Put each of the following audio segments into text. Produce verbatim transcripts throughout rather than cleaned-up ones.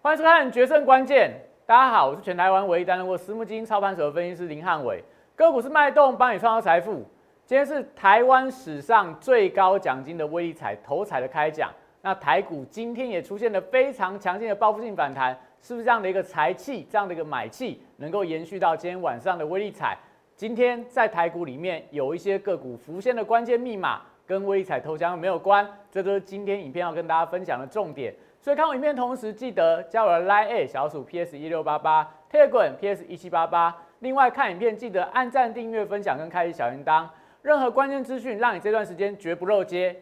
欢迎收看《决胜关键》。大家好，我是全台湾唯一担任过私募基金操盘手的分析师林汉伟。个股是脉动，帮你创造财富。今天是台湾史上最高奖金的威力彩头彩的开奖。那台股今天也出现了非常强劲的报复性反弹，是不是这样的一个财气，这样的一个买气，能够延续到今天晚上的威力彩？今天在台股里面有一些个股浮现的关键密码，跟威力彩头奖没有关，这都是今天影片要跟大家分享的重点。所以看我影片的同时，记得加我的 Line 小鼠 P S 一六八八 Telegram P S 一七八八。另外看影片记得按赞、订阅、分享跟开启小铃铛，任何关键资讯让你这段时间绝不漏接。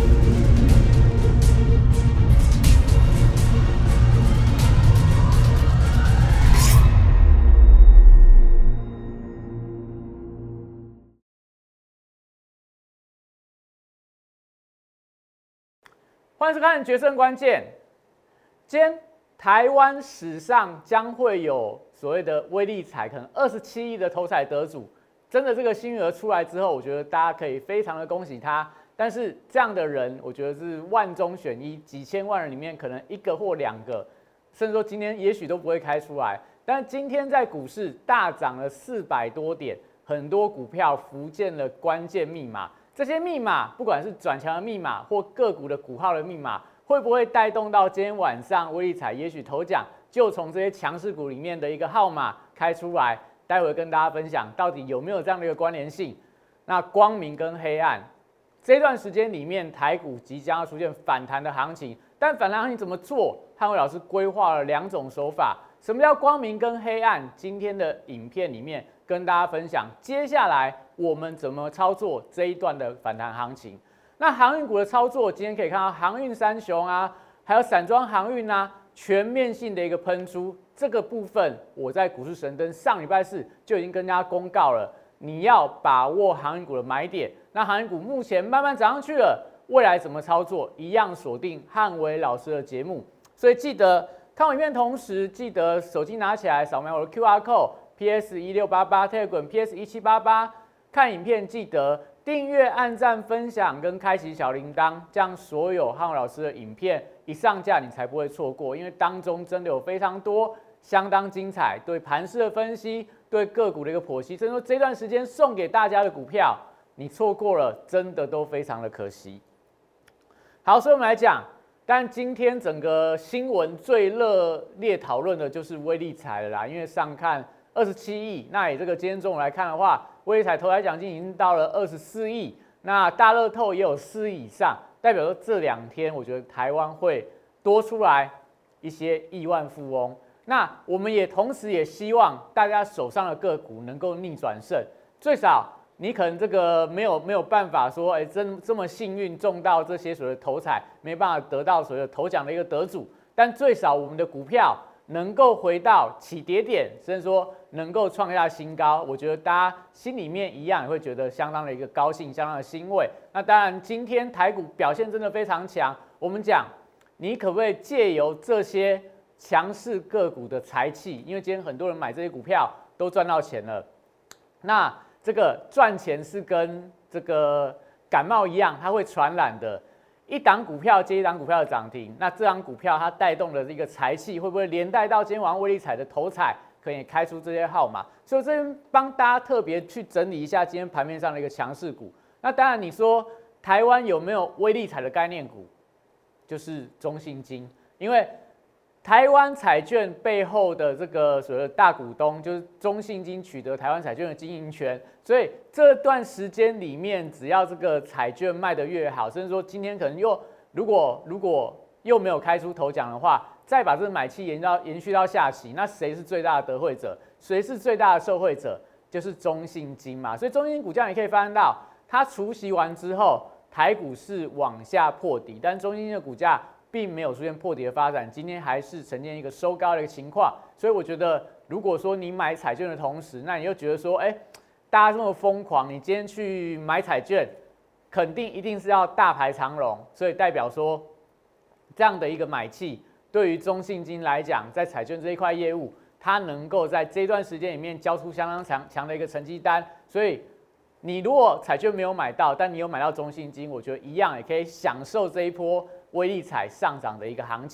欢迎收看《决胜关键》。今天台湾史上将会有所谓的威力彩，可能二十七亿的头彩得主。真的这个幸运儿出来之后，我觉得大家可以非常的恭喜他。但是这样的人，我觉得是万中选一，几千万人里面可能一个或两个，甚至说今天也许都不会开出来。但今天在股市大涨了四百多点，很多股票浮现了关键密码。这些密码，不管是转强的密码或个股的股号的密码，会不会带动到今天晚上威力彩？也许头奖就从这些强势股里面的一个号码开出来，待会跟大家分享到底有没有这样的一个关联性。那光明跟黑暗这段时间里面，台股即将要出现反弹的行情，但反弹行情怎么做？汉伟老师规划了两种手法。什么叫光明跟黑暗？今天的影片里面跟大家分享，接下来我们怎么操作这一段的反弹行情。那航运股的操作，今天可以看到航运三雄啊，还有散装航运啊，全面性的一个喷出。这个部分我在股市神灯上礼拜四就已经跟大家公告了，你要把握航运股的买点。那航运股目前慢慢涨上去了，未来怎么操作，一样锁定汉伟老师的节目。所以记得看我影片，同时记得手机拿起来扫描我的 Q R code P S 一六八八 Telegram P S 一七八八。看影片记得订阅、按赞、分享跟开启小铃铛，这样所有汉伟老师的影片一上架，你才不会错过。因为当中真的有非常多相当精彩，对盘势的分析，对个股的一个剖析，甚至说这段时间送给大家的股票，你错过了，真的都非常的可惜。好，所以我们来讲，但今天整个新闻最热烈讨论的就是威力彩了啦，因为上看二十七亿，那以这个今天中午来看的话，威力彩头彩奖金已经到了二十四亿，那大乐透也有四亿以上，代表说这两天我觉得台湾会多出来一些亿万富翁。那我们也同时也希望大家手上的个股能够逆转胜，最少你可能这个没有没有办法说，哎，真这么幸运中到这些所谓的头彩，没办法得到所谓的头奖的一个得主，但最少我们的股票能够回到起跌点，甚至说能够创下新高，我觉得大家心里面一样也会觉得相当的一个高兴，相当的欣慰。那当然，今天台股表现真的非常强。我们讲，你可不可以借由这些强势个股的财气？因为今天很多人买这些股票都赚到钱了。那这个赚钱是跟这个感冒一样，它会传染的。一档股票接一档股票的涨停，那这档股票它带动的一个财气，会不会连带到今天晚上威力彩的头彩可以开出这些号码？所以这边帮大家特别去整理一下今天盘面上的一个强势股。那当然你说台湾有没有威力彩的概念股？就是中信金，因为台湾彩券背后的这个所谓的大股东就是中信金取得台湾彩券的经营权，所以这段时间里面，只要这个彩券卖得越好，甚至说今天可能又如果如果又没有开出头奖的话，再把这个买气延到延续到下期，那谁是最大的得惠者？谁是最大的受惠者？就是中信金嘛。所以中信金股价你可以发现到，它除息完之后，台股是往下破底，但中信金的股价并没有出现破底的发展，今天还是呈现一个收高的一个情况。所以我觉得，如果说你买彩券的同时，那你又觉得说，哎，大家这么疯狂，你今天去买彩券，肯定一定是要大排长龙，所以代表说，这样的一个买气，对于中信金来讲，在彩券这一块业务，它能够在这段时间里面交出相当强强的一个成绩单，所以你如果彩券没有买到，但你有买到中信金，我觉得一样也可以享受这一波威力彩上涨的一个行情。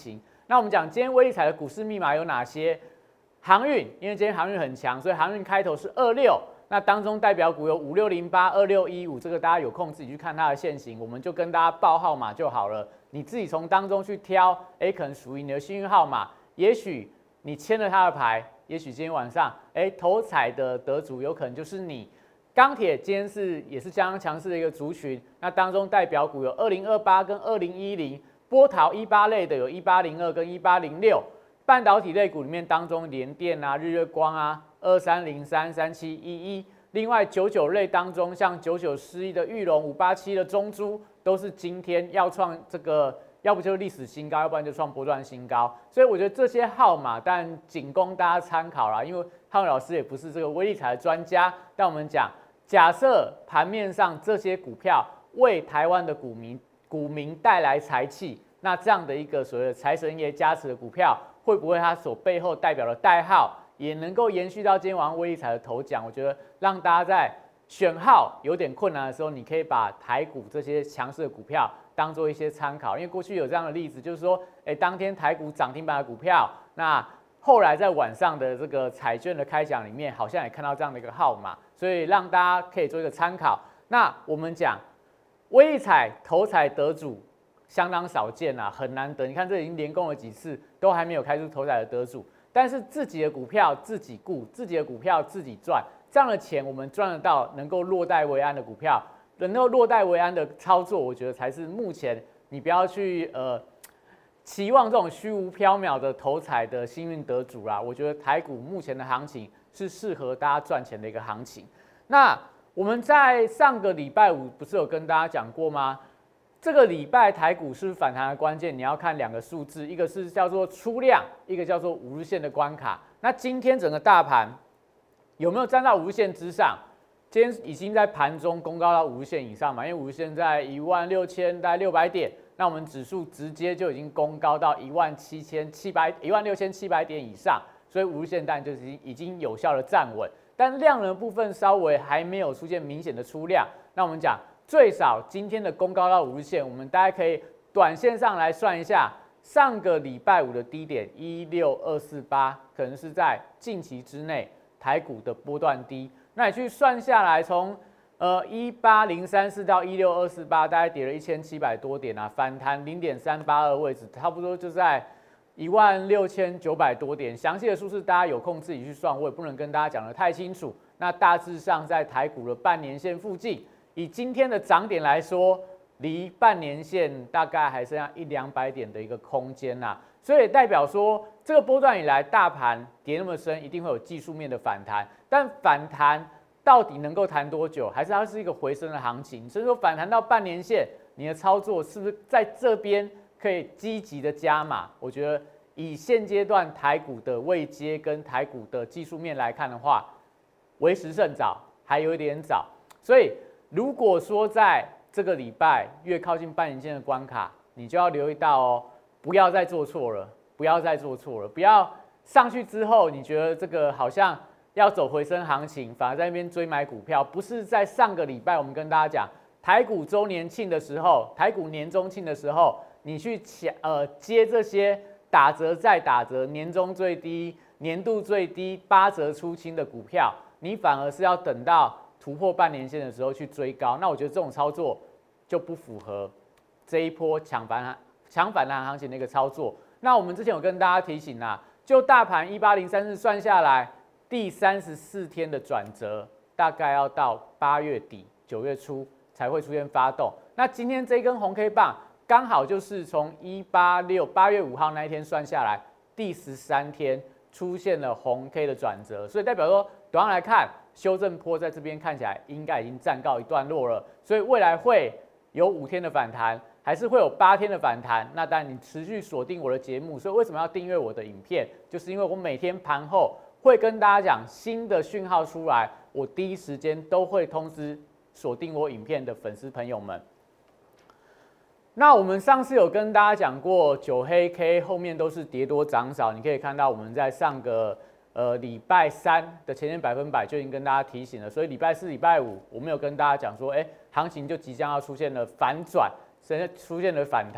那我们讲今天威力彩的股市密码有哪些？航运，因为今天航运很强，所以航运开头是二六，那当中代表股有五六零八、二六一五，这个大家有空自己去看它的线型，我们就跟大家报号码就好了。你自己从当中去挑，哎，可能属于你的幸运号码，也许你签了它的牌，也许今天晚上，哎，头彩的得主有可能就是你。钢铁今天是也是相当强势的一个族群，那当中代表股有二零二八跟二零一零，波涛一八类的有一八零二跟一八零六。半导体类股里面当中，联电啊、日月光啊、二三零三、三七一一，另外九九类当中，像九九四一的裕隆、五八七的中珠，都是今天要创这个，要不就是历史新高，要不然就创波段新高。所以我觉得这些号码，但仅供大家参考啦。因为汉伟老师也不是这个威力彩的专家，但我们讲，假设盘面上这些股票为台湾的股民股民带来财气，那这样的一个所谓的财神爷加持的股票，会不会它所背后代表的代号也能够延续到今天晚上威力彩的头奖？我觉得让大家在选号有点困难的时候，你可以把台股这些强势的股票当做一些参考，因为过去有这样的例子，就是说，哎，当天台股涨停板的股票，那后来在晚上的这个彩券的开奖里面，好像也看到这样的一个号码，所以让大家可以做一个参考。那我们讲威力彩头彩得主，相当少见啊，很难得。你看，这已经连攻了几次，都还没有开出头彩的得主。但是自己的股票自己顾，自己的股票自己赚，这样的钱我们赚得到，能够落袋为安的股票，能够落袋为安的操作，我觉得才是目前你不要去呃期望这种虚无缥缈的头彩的幸运得主啦。我觉得台股目前的行情是适合大家赚钱的一个行情。那我们在上个礼拜五不是有跟大家讲过吗？这个礼拜台股是不是反弹的关键？你要看两个数字，一个是叫做出量，一个叫做五日线的关卡。那今天整个大盘有没有站到五日线之上？今天已经在盘中攻高到五日线以上嘛，因为五日线在一万六千大概六百点，那我们指数直接就已经攻高到一万七千七百一万六千七百点以上，所以五日线当然就是已经有效的站稳，但量能的部分稍微还没有出现明显的出量。那我们讲。最少今天的攻高到五日线，我们大家可以短线上来算一下，上个礼拜五的低点一六二四八，可能是在近期之内台股的波段低。那你去算下来，从呃一八零三四到一六二四八，大概跌了一千七百多点啊，反弹零点三八二位置，差不多就在一万六千九百多点。详细的数字大家有空自己去算，我也不能跟大家讲得太清楚。那大致上在台股的半年线附近。以今天的涨点来说，离半年线大概还剩下一两百点的一个空间呐，所以也代表说，这个波段以来大盘跌那么深，一定会有技术面的反弹。但反弹到底能够弹多久，还是它是一个回升的行情？所以说反弹到半年线，你的操作是不是在这边可以积极的加码？我觉得以现阶段台股的位阶跟台股的技术面来看的话，为时甚早，还有一点早，所以。如果说在这个礼拜越靠近半年线的关卡，你就要留意到哦，不要再做错了，不要再做错了，不要上去之后你觉得这个好像要走回升行情，反而在那边追买股票。不是在上个礼拜我们跟大家讲台股周年庆的时候，台股年中庆的时候，你去抢呃接这些打折再打折、年终最低、年度最低、八折出清的股票，你反而是要等到。突破半年线的时候去追高，那我觉得这种操作就不符合这一波抢反抢反弹行情的一个操作。那我们之前有跟大家提醒啦，就大盘一八零三四算下来，第三十四天的转折大概要到八月底九月初才会出现发动。那今天这根红 K 棒刚好就是从一八六八月五号那一天算下来，第十三天出现了红 K 的转折，所以代表说短上来看。修正波在这边看起来应该已经暂告一段落了，所以未来会有五天的反弹，还是会有八天的反弹。那当然你持续锁定我的节目，所以为什么要订阅我的影片？就是因为我每天盘后会跟大家讲新的讯号出来，我第一时间都会通知锁定我影片的粉丝朋友们。那我们上次有跟大家讲过，九黑 K 后面都是跌多涨少，你可以看到我们在上个。呃，礼拜三的前天百分百就已经跟大家提醒了，所以礼拜四、礼拜五我们有跟大家讲说，哎，行情就即将要出现了反转，甚至出现了反弹。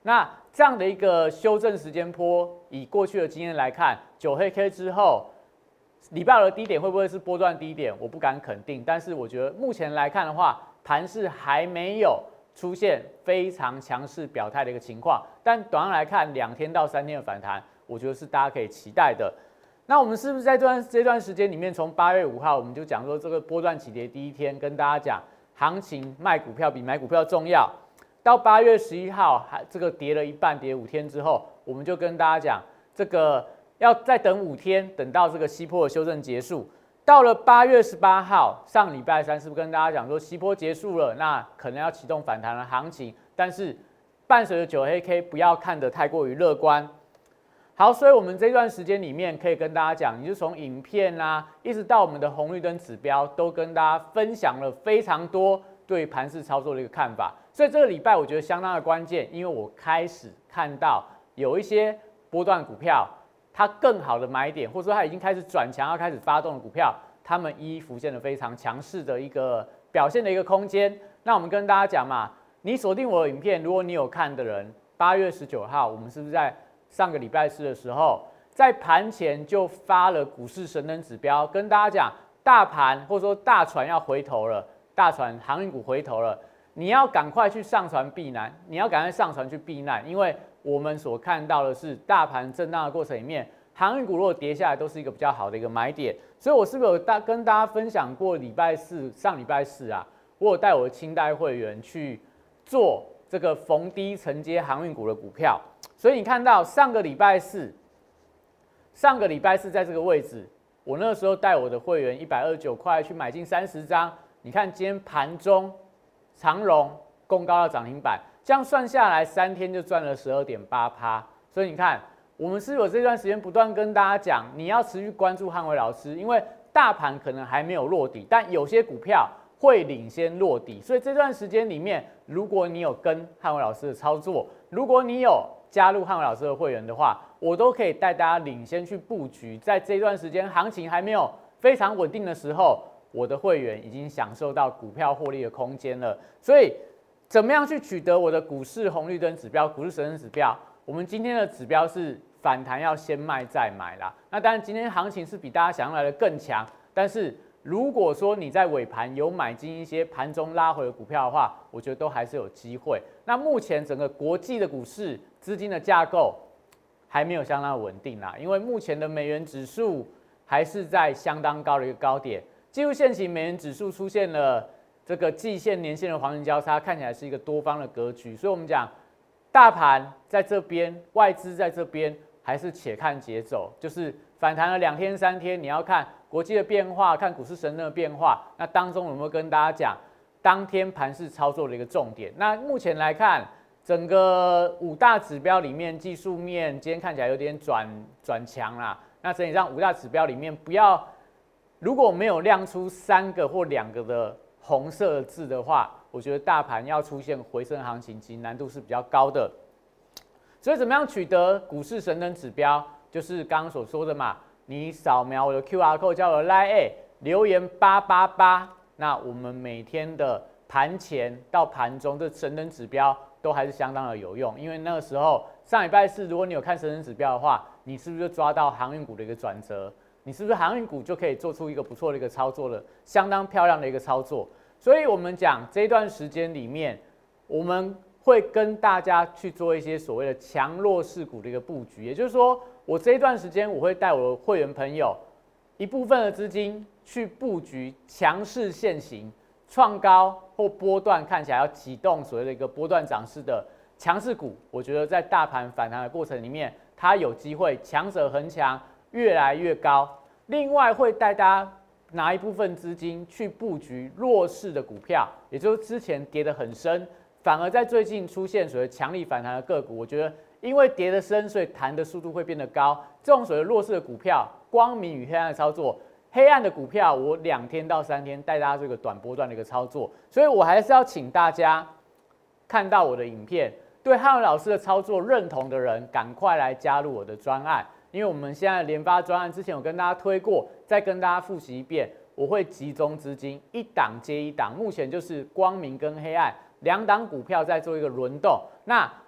那这样的一个修正时间波，以过去的经验来看，九黑 K 之后，礼拜二的低点会不会是波段低点？我不敢肯定，但是我觉得目前来看的话，盘势还没有出现非常强势表态的一个情况，但短上来看，两天到三天的反弹，我觉得是大家可以期待的。那我们是不是在这段这段时间里面，从八月五号我们就讲说这个波段起跌第一天，跟大家讲行情卖股票比买股票重要。到八月十一号，还这个跌了一半，跌五天之后，我们就跟大家讲这个要再等五天，等到这个西波的修正结束。到了八月十八号，上礼拜三是不是跟大家讲说西波结束了，那可能要启动反弹的行情，但是伴随着九黑 K 不要看得太过于乐观。好，所以我们这段时间里面可以跟大家讲，你就从影片啊，一直到我们的红绿灯指标，都跟大家分享了非常多对盘势操作的一个看法。所以这个礼拜我觉得相当的关键，因为我开始看到有一些波段股票，它更好的买点，或者说它已经开始转强，要开始发动的股票，它们一一浮现了非常强势的一个表现的一个空间。那我们跟大家讲嘛，你锁定我的影片，如果你有看的人，八月十九号，我们是不是在上个礼拜四的时候，在盘前就发了股市神灯指标，跟大家讲，大盘或者说大船要回头了，大船航运股回头了，你要赶快去上船避难，你要赶快上船去避难，因为我们所看到的是大盘震荡的过程里面，航运股如果跌下来，都是一个比较好的一个买点。所以我是不是有大跟大家分享过礼拜四上礼拜四啊，我有带我的清代会员去做这个逢低承接航运股的股票。所以你看到上个礼拜四，上个礼拜四在这个位置，我那个时候带我的会员一百二十九块去买进三十张。你看今天盘中长荣攻高到涨停板，这样算下来三天就赚了 百分之十二点八。所以你看，我们是有这段时间不断跟大家讲，你要持续关注汉伟老师，因为大盘可能还没有落底，但有些股票会领先落底。所以这段时间里面，如果你有跟汉伟老师的操作，如果你有加入汉伟老师的会员的话，我都可以带大家领先去布局。在这段时间行情还没有非常稳定的时候，我的会员已经享受到股票获利的空间了。所以，怎么样去取得我的股市红绿灯指标、股市神灯指标？我们今天的指标是反弹要先卖再买啦。那当然，今天行情是比大家想象来的更强，但是如果说你在尾盘有买进一些盘中拉回的股票的话，我觉得都还是有机会。那目前整个国际的股市资金的架构还没有相当稳定啦，因为目前的美元指数还是在相当高的一个高点，技术线型美元指数出现了这个季线、年线的黄金交叉，看起来是一个多方的格局。所以我们讲大盘在这边，外资在这边，还是且看节奏，就是反弹了两天三天，你要看国际的变化，看股市神灯的变化。那当中有没有跟大家讲当天盘势操作的一个重点？那目前来看，整个五大指标里面，技术面今天看起来有点转转强啦。那整体上五大指标里面，不要如果没有亮出三个或两个的红色的字的话，我觉得大盘要出现回升行情，其实难度是比较高的。所以怎么样取得股市神灯指标？就是刚刚所说的嘛，你扫描我的 Q R code， 加我的 Line， 留言八八八，那我们每天的盘前到盘中的神灯指标都还是相当的有用。因为那个时候上礼拜四，如果你有看神灯指标的话，你是不是就抓到航运股的一个转折？你是不是航运股就可以做出一个不错的一个操作了，相当漂亮的一个操作？所以我们讲这一段时间里面，我们会跟大家去做一些所谓的强弱势股的一个布局，也就是说，我这一段时间我会带我的会员朋友一部分的资金去布局强势现行、创高或波段看起来要启动所谓的一个波段涨势的强势股。我觉得在大盘反弹的过程里面，它有机会强者恒强，越来越高。另外会带大家拿一部分资金去布局弱势的股票，也就是之前跌得很深，反而在最近出现所谓强力反弹的个股。我觉得因为跌得深，所以弹的速度会变得高。这种所谓弱势的股票，光明与黑暗的操作，黑暗的股票我两天到三天带大家这个短波段的一个操作。所以我还是要请大家看到我的影片，对汉文老师的操作认同的人，赶快来加入我的专案。因为我们现在联发专案之前有跟大家推过，再跟大家复习一遍。我会集中资金，一档接一档，目前就是光明跟黑暗两档股票在做一个轮动。那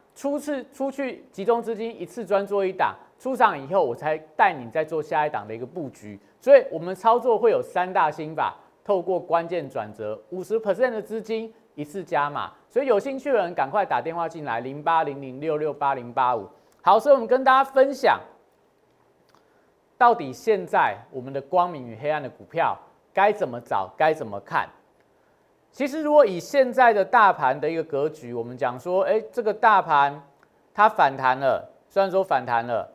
初次出去集中资金一次专做一档，出场以后我才带你再做下一档的一个布局。所以我们操作会有三大心法，透过关键转折，五十 percent 的资金一次加码。所以有兴趣的人赶快打电话进来，零八零零六六八零八五。好，所以我们跟大家分享，到底现在我们的光明与黑暗的股票该怎么找，该怎么看？其实，如果以现在的大盘的一个格局，我们讲说，哎，这个大盘它反弹了，虽然说反弹了，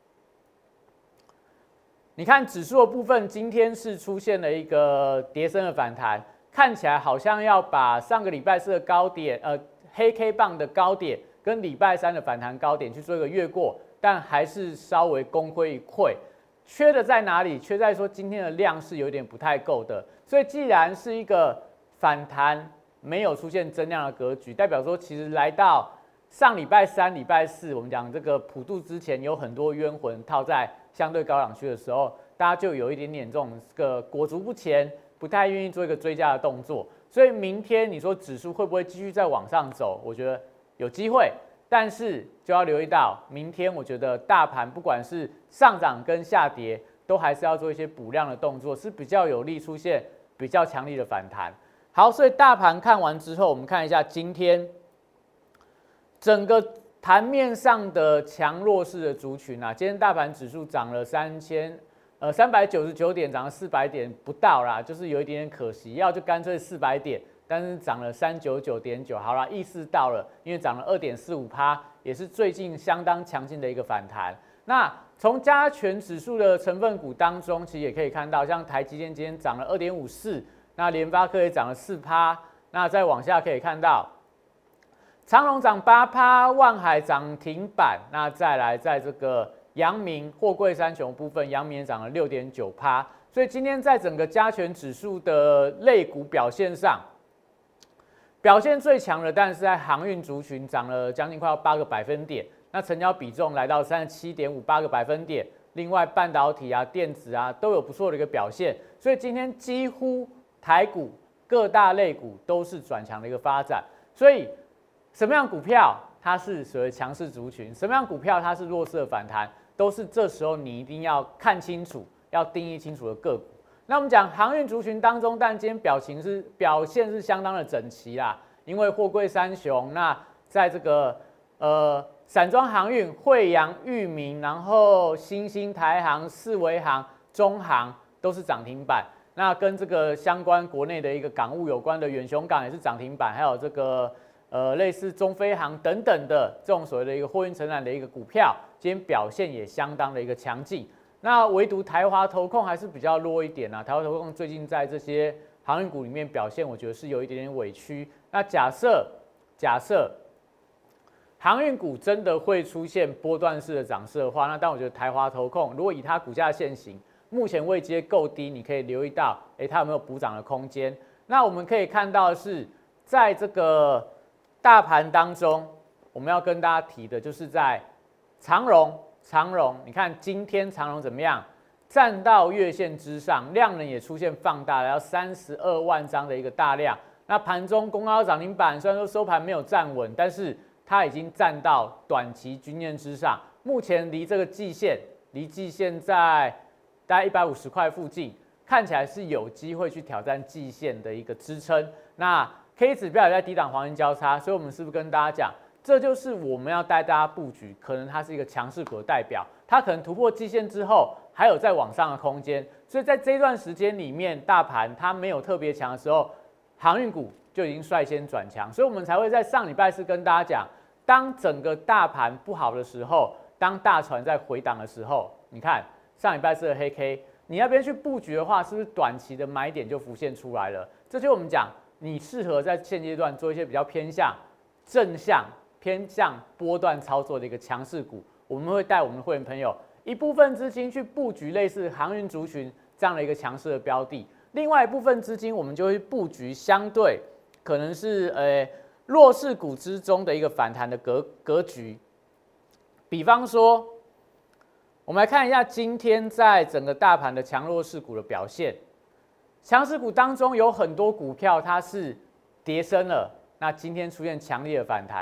你看指数的部分，今天是出现了一个跌升的反弹，看起来好像要把上个礼拜四的高点，呃，黑 K 棒的高点跟礼拜三的反弹高点去做一个越过，但还是稍微功亏一篑。缺的在哪里？缺在说今天的量是有点不太够的，所以既然是一个反弹没有出现增量的格局，代表说其实来到上礼拜三、礼拜四，我们讲这个普渡之前有很多冤魂套在相对高档区的时候，大家就有一点点这种这个裹足不前，不太愿意做一个追加的动作。所以明天你说指数会不会继续再往上走？我觉得有机会，但是就要留意到明天，我觉得大盘不管是上涨跟下跌，都还是要做一些补量的动作，是比较有利出现比较强力的反弹。好，所以大盘看完之后，我们看一下今天整个盘面上的强弱势的族群啊。今天大盘指数涨了三千呃三百九十九点，涨了四百点不到啦，就是有一点点可惜，要就干脆四百点，但是涨了三百九十九点九，好啦，意识到了，因为涨了 二点四五%，也是最近相当强劲的一个反弹。那从加权指数的成分股当中，其实也可以看到，像台积电今天涨了 二点五四。那联发科也涨了 百分之四， 那再往下可以看到，长荣涨 百分之八， 万海涨停板，那再来在这个阳明、货柜三雄部分，阳明也涨了 百分之六点九， 所以今天在整个加权指数的类股表现上，表现最强的，但是在航运族群涨了将近快要八个百分点，那成交比重来到 三十七点五八 个百分点，另外半导体啊、电子啊都有不错的一个表现，所以今天几乎台股各大类股都是转强的一个发展，所以什么样股票它是所谓强势族群，什么样股票它是弱势的反弹，都是这时候你一定要看清楚、要定义清楚的个股。那我们讲航运族群当中，但今天表情是表现是相当的整齐啦，因为货柜三雄，那在这个呃散装航运，惠阳、裕民，然后新兴、台航、四维航、中航都是涨停板。那跟这个相关国内的一个港务有关的远雄港也是涨停板，还有这个呃类似中飞航等等的这种所谓的一个货运承揽的一个股票，今天表现也相当的一个强劲。那唯独台华投控还是比较弱一点啊，台华投控最近在这些航运股里面表现，我觉得是有一点点委屈。那假设假设航运股真的会出现波段式的涨势的话，那但我觉得台华投控如果以它股价现行，目前位阶够低，你可以留意到，哎，它有没有补涨的空间？那我们可以看到的是，在这个大盘当中，我们要跟大家提的就是在长荣，长荣，你看今天长荣怎么样？站到月线之上，量能也出现放大了，要三十二万张的一个大量。那盘中攻高涨停板，虽然说收盘没有站稳，但是它已经站到短期均线之上，目前离这个季线，离季线在大概一百五十块附近，看起来是有机会去挑战季线的一个支撑。那 K 指标也在低档黄金交叉，所以我们是不是跟大家讲，这就是我们要带大家布局，可能它是一个强势股的代表，它可能突破季线之后还有再往上的空间。所以在这段时间里面，大盘它没有特别强的时候，航运股就已经率先转强，所以我们才会在上礼拜四跟大家讲，当整个大盘不好的时候，当大船在回档的时候，你看。上礼拜四的黑 K， 你那边去布局的话，是不是短期的买点就浮现出来了？这就是我们讲，你适合在现阶段做一些比较偏向正向、偏向波段操作的一个强势股。我们会带我们的会员朋友一部分资金去布局类似航运族群这样的一个强势的标的，另外一部分资金我们就会布局相对可能是呃弱势股之中的一个反弹的格格局，比方说。我们来看一下今天在整个大盘的强弱势股的表现。强势股当中有很多股票它是跌升了，那今天出现强烈的反弹。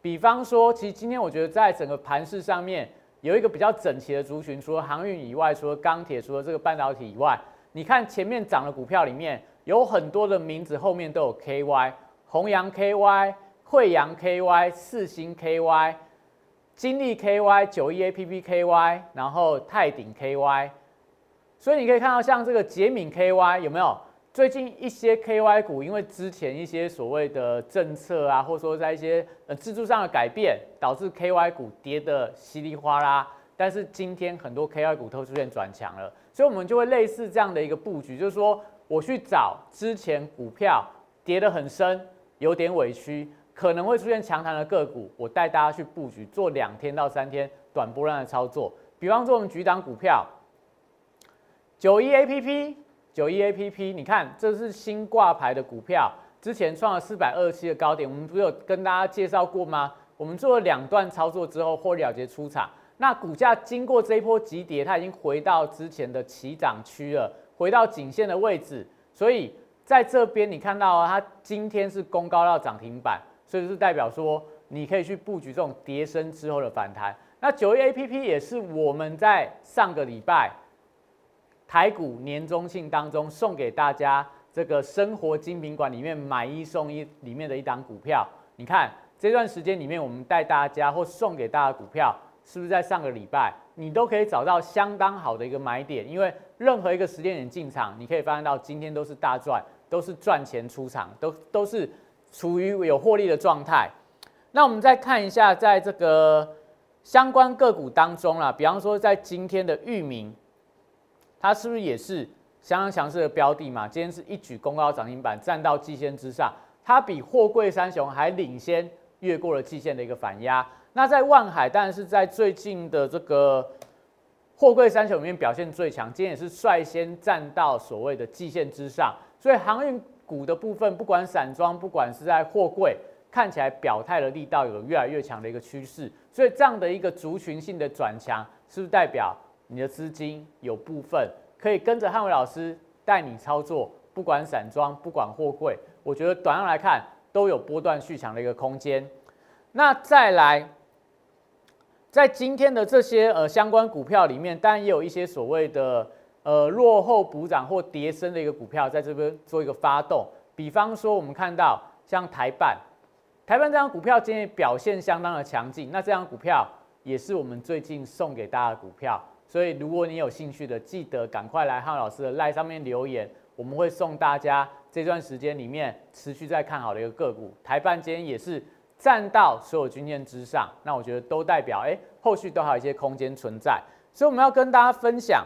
比方说，其实今天我觉得在整个盘势上面有一个比较整齐的族群，除了航运以外，除了钢铁，除了这个半导体以外，你看前面涨的股票里面有很多的名字后面都有 K Y， 弘阳 K Y、惠阳 K Y、世新 K Y、金利 K Y、九一 A P P K Y， 然后泰鼎 K Y， 所以你可以看到像这个捷敏 K Y 有没有？最近一些 K Y 股，因为之前一些所谓的政策啊，或者说在一些呃制度上的改变，导致 K Y 股跌得稀里哗啦。但是今天很多 K Y 股都出现转强了，所以我们就会类似这样的一个布局，就是说我去找之前股票跌得很深，有点委屈，可能会出现强弹的个股，我带大家去布局，做两天到三天短波段的操作。比方说我们举档股票，九一 A P P。九一 A P P， 你看这是新挂牌的股票，之前创了四百二十七的高点，我们不是有跟大家介绍过吗？我们做了两段操作之后，获利了结出场。那股价经过这一波急跌，它已经回到之前的起涨区了，回到颈线的位置。所以在这边你看到、啊、它今天是攻高到涨停板，所以是代表说你可以去布局这种跌升之后的反弹。那九一 A P P 也是我们在上个礼拜台股年中庆当中送给大家这个生活精品馆里面买一送一里面的一档股票，你看这段时间里面我们带大家或送给大家的股票，是不是在上个礼拜你都可以找到相当好的一个买点？因为任何一个时间点进场，你可以发现到今天都是大赚，都是赚钱出场，都都是处于有获利的状态。那我们再看一下，在这个相关个股当中啦，比方说在今天的裕民。它是不是也是相当强势的标的嘛？今天是一举攻高涨停板，站到季线之上，它比货柜三雄还领先越过了季线的一个反压。那在万海，当然是在最近的这个货柜三雄里面表现最强，今天也是率先站到所谓的季线之上。所以航运股的部分，不管散装，不管是在货柜，看起来表态的力道有越来越强的一个趋势。所以这样的一个族群性的转强，是不是代表你的资金有部分可以跟着汉伟老师带你操作，不管散装，不管货柜，我觉得短上来看都有波段续强的一个空间。那再来，在今天的这些呃相关股票里面，当然也有一些所谓的呃落后补涨或跌升的一个股票在这边做一个发动。比方说，我们看到像台办，台办这张股票今天表现相当的强劲，那这张股票也是我们最近送给大家的股票。所以，如果你有兴趣的，记得赶快来汉老师的 LINE 上面留言，我们会送大家这段时间里面持续在看好的一个个股。台办今天也是站到所有均线之上，那我觉得都代表，哎，后续都还有一些空间存在。所以我们要跟大家分享，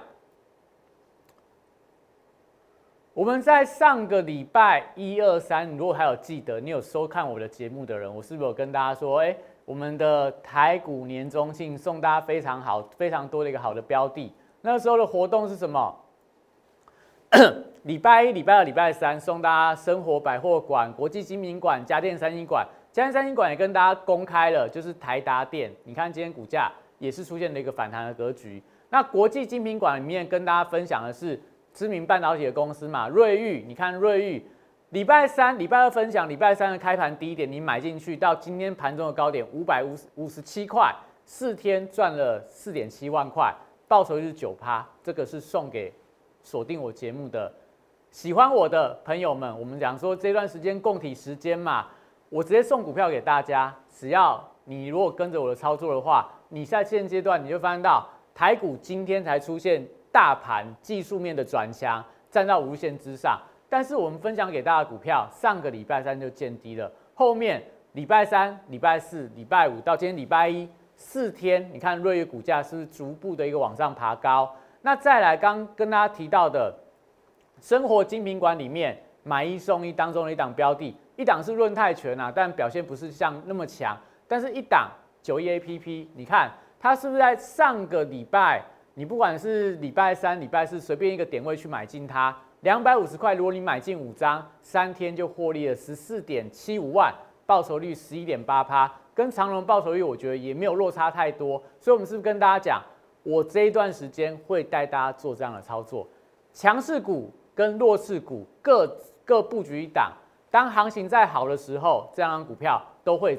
我们在上个礼拜一二三，如果还有记得，你有收看我的节目的人，我是不是有跟大家说，哎？我们的台股年中庆送大家非常好、非常多的一个好的标的。那时候的活动是什么？礼拜一、礼拜二、礼拜三送大家生活百货馆、国际精品馆、家电三星馆。家电三星馆也跟大家公开了，就是台达电。你看今天股价也是出现了一个反弹的格局。那国际精品馆里面跟大家分享的是知名半导体的公司嘛，瑞昱。你看瑞昱。礼拜三、礼拜二分享，礼拜三的开盘低点，你买进去到今天盘中的高点五百五十七块，四天赚了四点七万块，报酬率是九趴。这个是送给锁定我节目的喜欢我的朋友们。我们讲说这段时间共体时间嘛，我直接送股票给大家。只要你如果跟着我的操作的话，你在现阶段你就发现到台股今天才出现大盘技术面的转强，站到五日线之上。但是我们分享给大家的股票，上个礼拜三就见低了，后面礼拜三、礼拜四、礼拜五到今天礼拜一四天，你看瑞昱股价是不是逐步的一个往上爬高？那再来刚跟大家提到的生活精品馆里面买一送一当中的一档标的，一档是润泰全啊，但表现不是像那么强，但是一档九一 A P P， 你看它是不是在上个礼拜，你不管是礼拜三、礼拜四随便一个点位去买进它。两百五十块，如果你买进五张，三天就获利了十四点七五万，报酬率十一点八趴，跟长荣报酬率我觉得也没有落差太多。所以，我们是不是跟大家讲，我这一段时间会带大家做这样的操作，强势股跟弱势股各各布局一档。当行情在好的时候，这样的股票都会涨；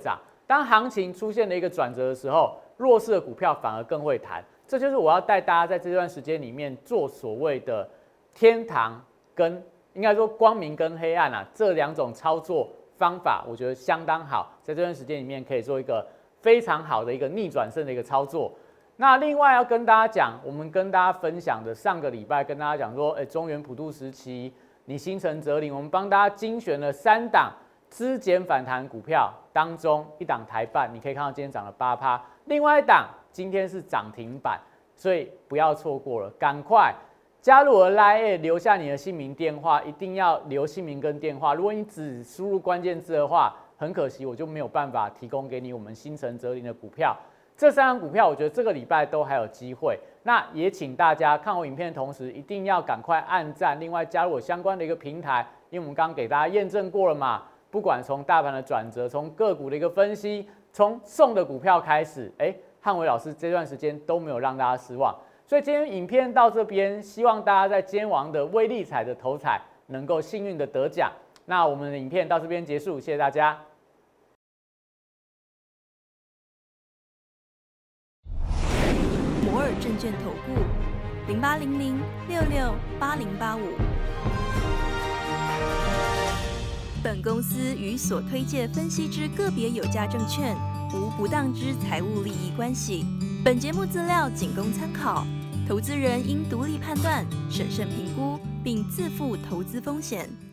当行情出现了一个转折的时候，弱势的股票反而更会弹。这就是我要带大家在这段时间里面做所谓的天堂跟应该说光明跟黑暗啊这两种操作方法，我觉得相当好，在这段时间里面可以做一个非常好的一个逆转胜的一个操作。那另外要跟大家讲，我们跟大家分享的上个礼拜跟大家讲说，哎，中原普渡时期，你心诚则灵，我们帮大家精选了三档资减反弹股票当中，一档台半，你可以看到今天涨了八趴，另外一档今天是涨停板，所以不要错过了，赶快加入我的 Line， 留下你的姓名电话，一定要留姓名跟电话。如果你只输入关键字的话，很可惜我就没有办法提供给你我们心诚则灵的股票。这三档股票，我觉得这个礼拜都还有机会。那也请大家看我影片的同时，一定要赶快按赞，另外加入我相关的一个平台，因为我们刚刚给大家验证过了嘛。不管从大盘的转折，从个股的一个分析，从送的股票开始，哎，汉伟老师这段时间都没有让大家失望。所以今天影片到这边，希望大家在今天晚上的威力彩的头彩能够幸运的得奖。那我们的影片到这边结束，谢谢大家。 摩尔证券投顾零八零零六六八零八五。本公司与所推介分析之个别有价证券无不当之财务利益关系。本节目资料仅供参考，投资人应独立判断、审慎评估，并自负投资风险。